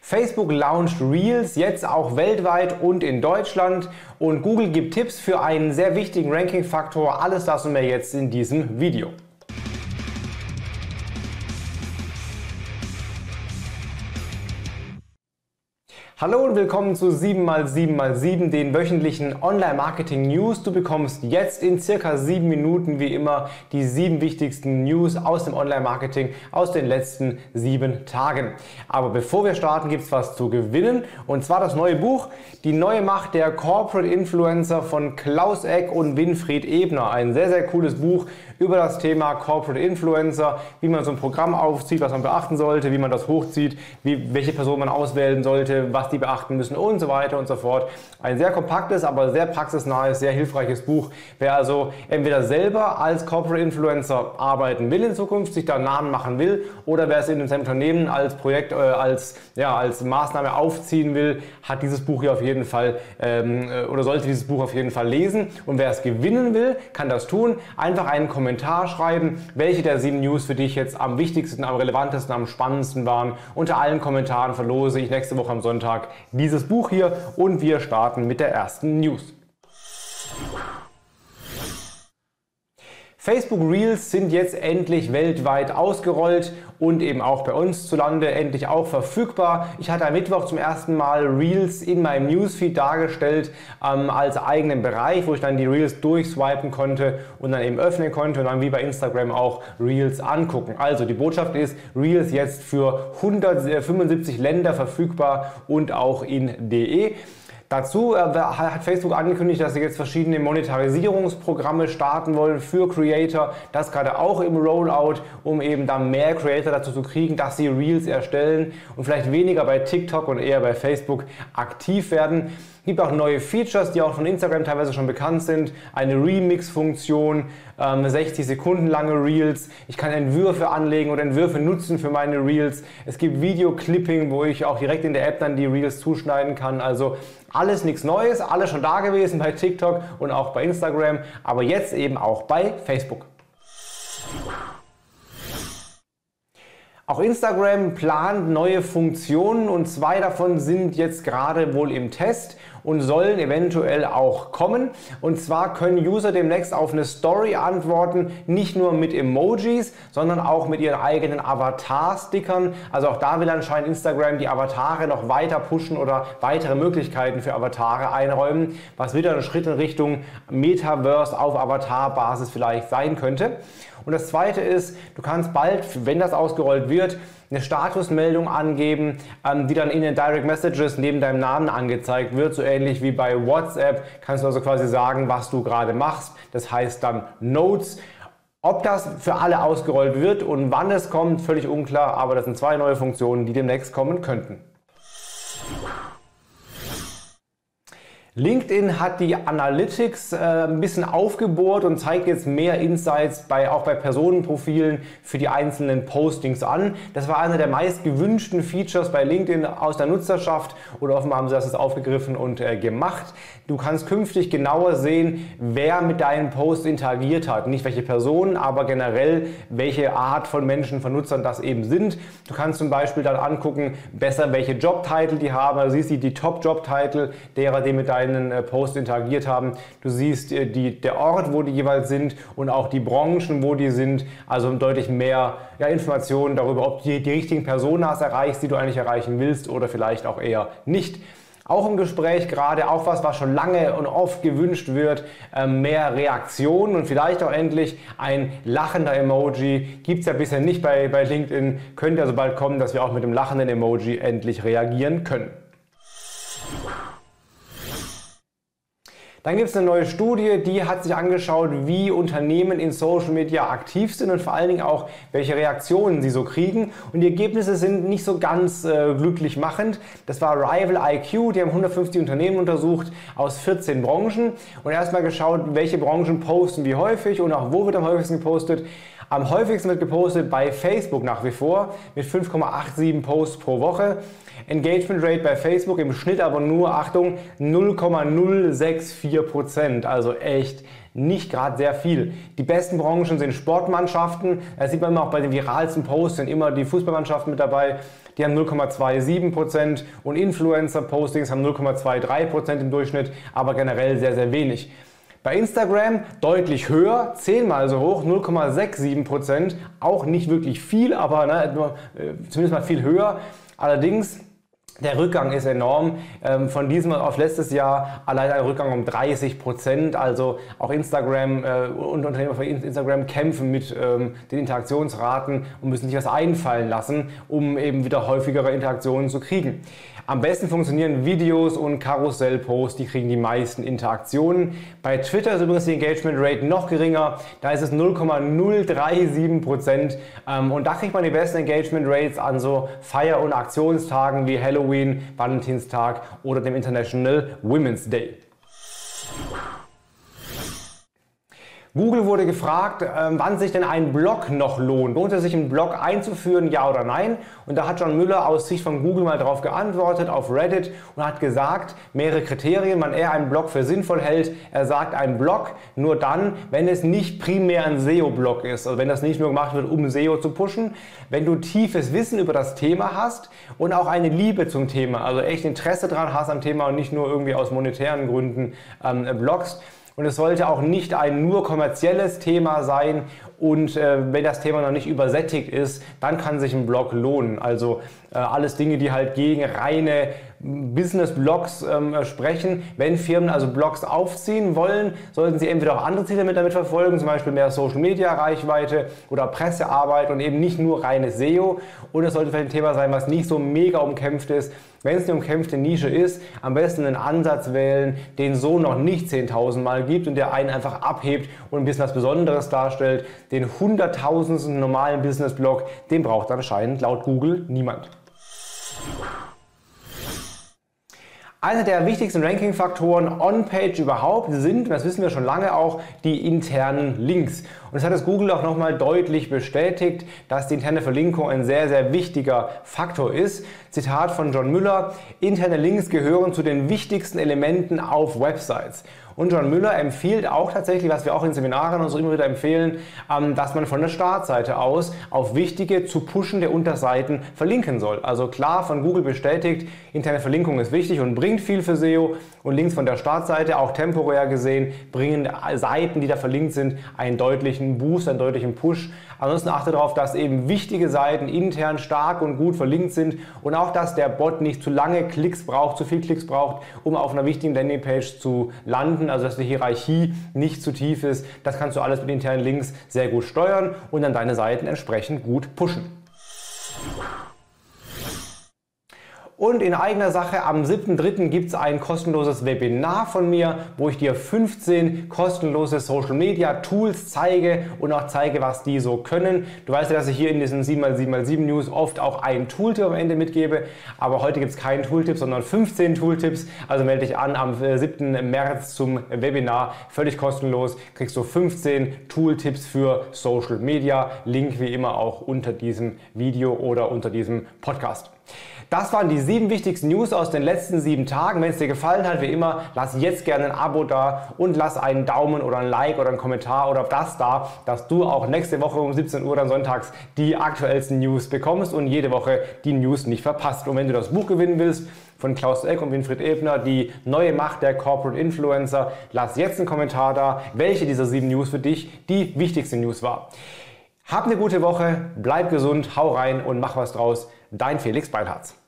Facebook launcht Reels jetzt auch weltweit und in Deutschland und Google gibt Tipps für einen sehr wichtigen Ranking-Faktor. Alles das und mehr jetzt in diesem Video. Hallo und willkommen zu 7x7x7, den wöchentlichen Online-Marketing-News. Du bekommst jetzt in circa 7 Minuten wie immer die 7 wichtigsten News aus dem Online-Marketing aus den letzten 7 Tagen. Aber bevor wir starten, gibt es was zu gewinnen, und zwar das neue Buch Die neue Macht der Corporate Influencer von Klaus Eck und Winfried Ebner. Ein sehr, sehr cooles Buch über das Thema Corporate Influencer, wie man so ein Programm aufzieht, was man beachten sollte, wie man das hochzieht, welche Person man auswählen sollte, was die beachten müssen und so weiter und so fort. Ein sehr kompaktes, aber sehr praxisnahes, sehr hilfreiches Buch. Wer also entweder selber als Corporate Influencer arbeiten will in Zukunft, sich da einen Namen machen will, oder wer es in seinem Unternehmen als Projekt, als Maßnahme aufziehen will, hat dieses Buch hier auf jeden Fall oder sollte dieses Buch auf jeden Fall lesen. Und wer es gewinnen will, kann das tun. Einfach einen Kommentar schreiben, welche der 7 News für dich jetzt am wichtigsten, am relevantesten, am spannendsten waren. Unter allen Kommentaren verlose ich nächste Woche am Sonntag dieses Buch hier und wir starten mit der ersten News. Facebook Reels sind jetzt endlich weltweit ausgerollt und eben auch bei uns zulande endlich auch verfügbar. Ich hatte am Mittwoch zum ersten Mal Reels in meinem Newsfeed dargestellt als eigenen Bereich, wo ich dann die Reels durchswipen konnte und dann eben öffnen konnte und dann wie bei Instagram auch Reels angucken. Also die Botschaft ist, Reels jetzt für 175 Länder verfügbar und auch in DE. Dazu hat Facebook angekündigt, dass sie jetzt verschiedene Monetarisierungsprogramme starten wollen für Creator. Das gerade auch im Rollout, um eben dann mehr Creator dazu zu kriegen, dass sie Reels erstellen und vielleicht weniger bei TikTok und eher bei Facebook aktiv werden. Es gibt auch neue Features, die auch von Instagram teilweise schon bekannt sind. Eine Remix-Funktion, 60 Sekunden lange Reels. Ich kann Entwürfe anlegen oder Entwürfe nutzen für meine Reels. Es gibt Video-Clipping, wo ich auch direkt in der App dann die Reels zuschneiden kann. Also alles nichts Neues, alles schon da gewesen bei TikTok und auch bei Instagram, aber jetzt eben auch bei Facebook. Auch Instagram plant neue Funktionen und 2 davon sind jetzt gerade wohl im Test und sollen eventuell auch kommen. Und zwar können User demnächst auf eine Story antworten, nicht nur mit Emojis, sondern auch mit ihren eigenen Avatar-Stickern. Also auch da will anscheinend Instagram die Avatare noch weiter pushen oder weitere Möglichkeiten für Avatare einräumen, was wieder ein Schritt in Richtung Metaverse auf Avatar-Basis vielleicht sein könnte. Und das zweite ist, du kannst bald, wenn das ausgerollt wird, eine Statusmeldung angeben, die dann in den Direct Messages neben deinem Namen angezeigt wird. So ähnlich wie bei WhatsApp kannst du also quasi sagen, was du gerade machst. Das heißt dann Notes. Ob das für alle ausgerollt wird und wann es kommt, völlig unklar, aber das sind 2 neue Funktionen, die demnächst kommen könnten. LinkedIn hat die Analytics ein bisschen aufgebohrt und zeigt jetzt mehr Insights auch bei Personenprofilen für die einzelnen Postings an. Das war einer der meist gewünschten Features bei LinkedIn aus der Nutzerschaft oder offenbar haben sie das jetzt aufgegriffen und gemacht. Du kannst künftig genauer sehen, wer mit deinen Posts interagiert hat. Nicht welche Personen, aber generell welche Art von Menschen, von Nutzern das eben sind. Du kannst zum Beispiel dann angucken, besser welche Jobtitel die haben. Also siehst du die Top-Jobtitel derer, die mit deinen Post interagiert haben. Du siehst der Ort, wo die jeweils sind und auch die Branchen, wo die sind. Also deutlich mehr Informationen darüber, ob du die richtigen Personen hast erreichst, die du eigentlich erreichen willst oder vielleicht auch eher nicht. Auch im Gespräch gerade, auch was schon lange und oft gewünscht wird, mehr Reaktionen und vielleicht auch endlich ein lachender Emoji. Gibt es ja bisher nicht bei LinkedIn, könnte also bald kommen, dass wir auch mit dem lachenden Emoji endlich reagieren können. Dann gibt es eine neue Studie, die hat sich angeschaut, wie Unternehmen in Social Media aktiv sind und vor allen Dingen auch, welche Reaktionen sie so kriegen. Und die Ergebnisse sind nicht so ganz glücklich machend. Das war Rival IQ, die haben 150 Unternehmen untersucht aus 14 Branchen und erstmal geschaut, welche Branchen posten wie häufig und auch wo wird am häufigsten gepostet. Am häufigsten wird gepostet bei Facebook nach wie vor mit 5,87 Posts pro Woche. Engagement Rate bei Facebook im Schnitt aber nur, Achtung, 0,064%, also echt nicht gerade sehr viel. Die besten Branchen sind Sportmannschaften, da sieht man immer auch bei den viralsten Posts sind immer die Fußballmannschaften mit dabei. die haben 0,27% und Influencer-Postings haben 0,23% im Durchschnitt, aber generell sehr, sehr wenig. Bei Instagram deutlich höher, 10-mal so hoch, 0,67%, auch nicht wirklich viel, aber zumindest mal viel höher. Allerdings der Rückgang ist enorm. Von diesem auf letztes Jahr allein ein Rückgang um 30%. Also auch Instagram und Unternehmer von Instagram kämpfen mit den Interaktionsraten und müssen sich was einfallen lassen, um eben wieder häufigere Interaktionen zu kriegen. Am besten funktionieren Videos und Karussellposts, die kriegen die meisten Interaktionen. Bei Twitter ist übrigens die Engagement Rate noch geringer, da ist es 0,037%. Und da kriegt man die besten Engagement Rates an so Feier- und Aktionstagen wie Halloween, Valentinstag oder dem International Women's Day. Google wurde gefragt, wann sich denn ein Blog noch lohnt. Lohnt es sich, einen Blog einzuführen, ja oder nein? Und da hat John Müller aus Sicht von Google mal darauf geantwortet auf Reddit und hat gesagt, mehrere Kriterien, wann er einen Blog für sinnvoll hält. Er sagt, ein Blog nur dann, wenn es nicht primär ein SEO-Blog ist, also wenn das nicht nur gemacht wird, um SEO zu pushen. Wenn du tiefes Wissen über das Thema hast und auch eine Liebe zum Thema, also echt Interesse daran hast am Thema und nicht nur irgendwie aus monetären Gründen bloggst. Und es sollte auch nicht ein nur kommerzielles Thema sein und wenn das Thema noch nicht übersättigt ist, dann kann sich ein Blog lohnen. Also alles Dinge, die halt gegen reine Business-Blogs sprechen. Wenn Firmen also Blogs aufziehen wollen, sollten sie entweder auch andere Ziele damit verfolgen, zum Beispiel mehr Social-Media-Reichweite oder Pressearbeit und eben nicht nur reines SEO. Und es sollte vielleicht ein Thema sein, was nicht so mega umkämpft ist. Wenn es eine umkämpfte Nische ist, am besten einen Ansatz wählen, den es so noch nicht 10.000 Mal gibt und der einen einfach abhebt und ein bisschen was Besonderes darstellt. Den 100.000. normalen Business-Blog, den braucht anscheinend laut Google niemand. Einer der wichtigsten Ranking-Faktoren on-page überhaupt sind, das wissen wir schon lange auch, die internen Links. Und das hat das Google auch nochmal deutlich bestätigt, dass die interne Verlinkung ein sehr, sehr wichtiger Faktor ist. Zitat von John Müller: Interne Links gehören zu den wichtigsten Elementen auf Websites. Und John Müller empfiehlt auch tatsächlich, was wir auch in Seminaren und so immer wieder empfehlen, dass man von der Startseite aus auf wichtige, zu pushende Unterseiten verlinken soll. Also klar, von Google bestätigt, interne Verlinkung ist wichtig und bringt viel für SEO. Und Links von der Startseite, auch temporär gesehen, bringen Seiten, die da verlinkt sind, einen deutlichen Boost, einen deutlichen Push. Ansonsten achte darauf, dass eben wichtige Seiten intern stark und gut verlinkt sind und auch, dass der Bot nicht zu lange Klicks braucht, zu viel Klicks braucht, um auf einer wichtigen Landingpage zu landen, also dass die Hierarchie nicht zu tief ist. Das kannst du alles mit internen Links sehr gut steuern und dann deine Seiten entsprechend gut pushen. Und in eigener Sache, am 7.3. gibt es ein kostenloses Webinar von mir, wo ich dir 15 kostenlose Social Media Tools zeige und auch zeige, was die so können. Du weißt ja, dass ich hier in diesen 7x7x7 News oft auch ein Tooltip am Ende mitgebe, aber heute gibt es keinen Tooltip, sondern 15 Tooltips. Also melde dich an am 7. März zum Webinar, völlig kostenlos, kriegst du 15 Tooltips für Social Media. Link wie immer auch unter diesem Video oder unter diesem Podcast. Das waren die 7 wichtigsten News aus den letzten 7 Tagen. Wenn es dir gefallen hat, wie immer, lass jetzt gerne ein Abo da und lass einen Daumen oder ein Like oder einen Kommentar oder das da, dass du auch nächste Woche um 17 Uhr dann sonntags die aktuellsten News bekommst und jede Woche die News nicht verpasst. Und wenn du das Buch gewinnen willst, von Klaus Eck und Winfried Ebner, die neue Macht der Corporate Influencer, lass jetzt einen Kommentar da, welche dieser 7 News für dich die wichtigste News war. Hab eine gute Woche, bleib gesund, hau rein und mach was draus. Dein Felix Beilharz.